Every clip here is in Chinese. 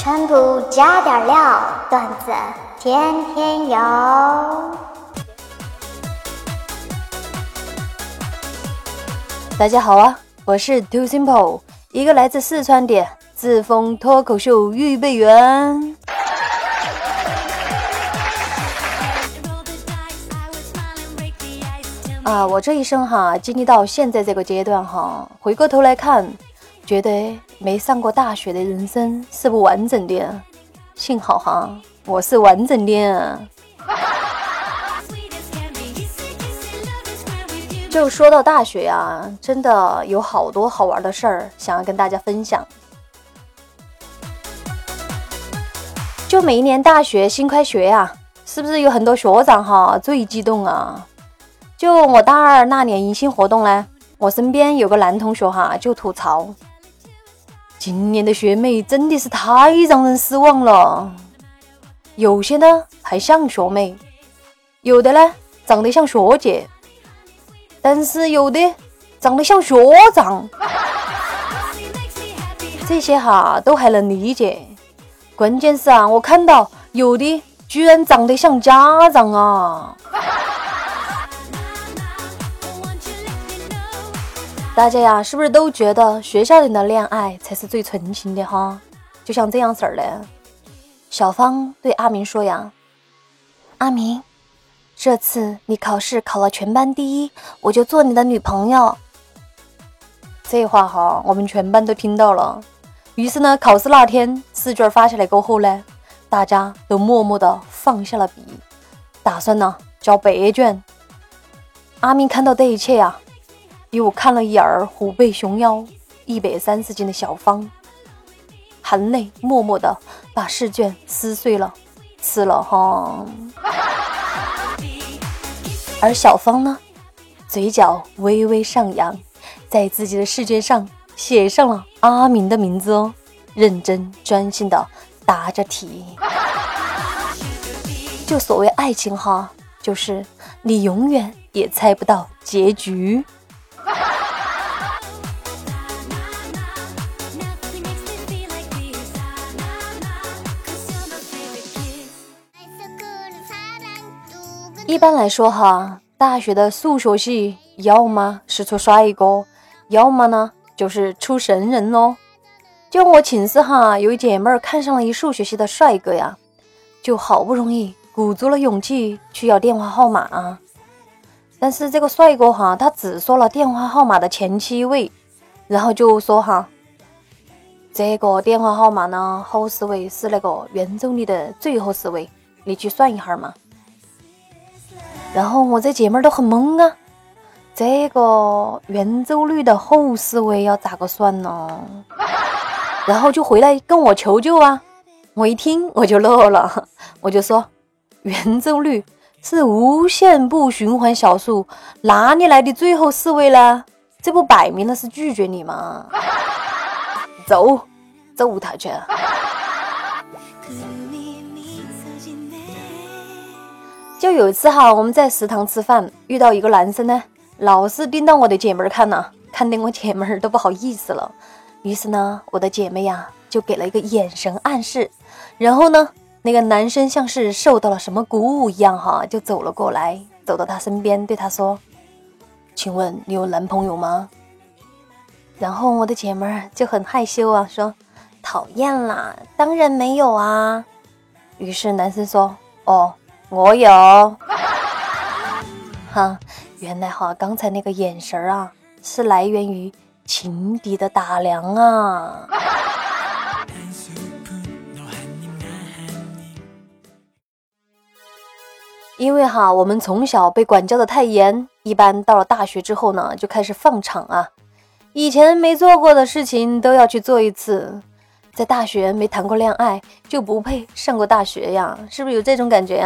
川普加点料，段子天天有。 大家好啊，我是 Too Simple， 一个来自四川的自封脱口秀预备员。我这一生经历到现在这个阶段回过头来看，觉得没上过大学的人生是不完整的。幸好我是完整的。就说到大学真的有好多好玩的事儿想要跟大家分享。就每一年大学新开学是不是有很多学长最激动啊？就我大二那年迎新活动呢，我身边有个男同学就吐槽，今年的学妹真的是太让人失望了，有些呢还像学妹，有的呢长得像学姐，但是有的长得像学长。这些都还能理解，关键是我看到有的居然长得像家长啊。大家是不是都觉得学校里的恋爱才是最纯情的就像这样式儿的。小芳对阿明说阿明，这次你考试考了全班第一，我就做你的女朋友。这话我们全班都听到了。于是呢，考试那天试卷发下来过后呢，大家都默默地放下了笔，打算呢交白卷。阿明看到这一切又看了一眼虎背熊腰130斤的小芳，含泪默默地把试卷撕碎了吃了而小芳呢，嘴角微微上扬，在自己的试卷上写上了阿明的名字认真专心地答着题。就所谓爱情就是你永远也猜不到结局。一般来说大学的数学系要么是出帅哥，要么呢就是出神人咯。就我寝室有一姐妹看上了一数学系的帅哥就好不容易鼓足了勇气去要电话号码但是这个帅哥他只说了电话号码的前7位，然后就说这个电话号码呢后4位是那个圆周率的最后4位，你去算一下嘛。然后我这姐妹都很懵这个圆周率的后4位要咋个算呢？然后就回来跟我求救我一听我就乐了，我就说圆周率是无限不循环小数，哪里来的最后4位呢？这不摆明了是拒绝你吗？揍他去。就有一次我们在食堂吃饭，遇到一个男生呢，老是盯到我的姐妹看看得我姐妹都不好意思了。于是呢，我的姐妹就给了一个眼神暗示，然后呢，那个男生像是受到了什么鼓舞一样就走了过来，走到他身边对他说，请问你有男朋友吗？然后我的姐妹就很害羞说，讨厌啦，当然没有于是男生说，我有。原来刚才那个眼神是来源于情敌的打量因为我们从小被管教的太严，一般到了大学之后呢，就开始放场以前没做过的事情都要去做一次。在大学没谈过恋爱就不配上过大学是不是有这种感觉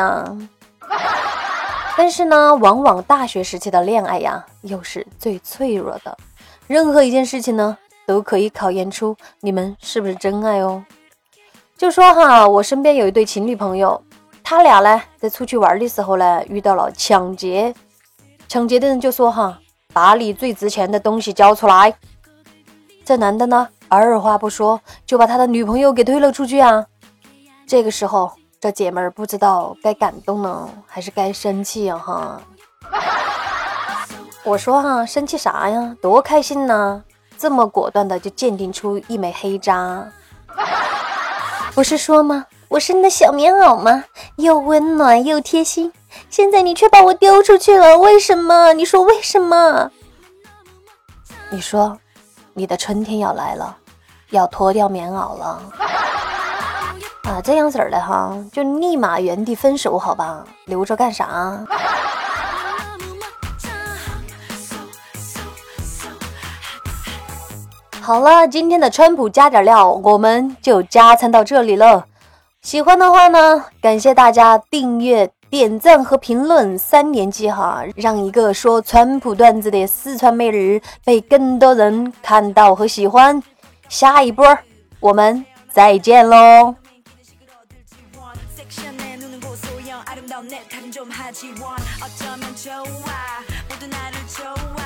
但是呢，往往大学时期的恋爱又是最脆弱的，任何一件事情呢都可以考验出你们是不是真爱就说我身边有一对情侣朋友，他俩呢在出去玩的时候呢遇到了抢劫的人就说把你最值钱的东西交出来。这男的呢二话不说就把他的女朋友给推了出去啊。这个时候这姐们儿不知道该感动呢还是该生气啊哈。我说哈，生气啥呀，多开心呢，这么果断的就鉴定出一枚黑渣。不是说吗，我是你的小棉袄吗？又温暖又贴心，现在你却把我丢出去了，为什么？你说为什么？你说你的春天要来了，要脱掉棉袄了啊，这样子的哈，就立马原地分手好吧，留着干啥？好了，今天的川普加点料我们就加餐到这里了。喜欢的话呢，感谢大家订阅、点赞和评论3连击哈，让一个说川普段子的四川美人被更多人看到和喜欢。下一波我们再见喽。좀 하지 원 어쩌면 좋아 모두 나를 좋아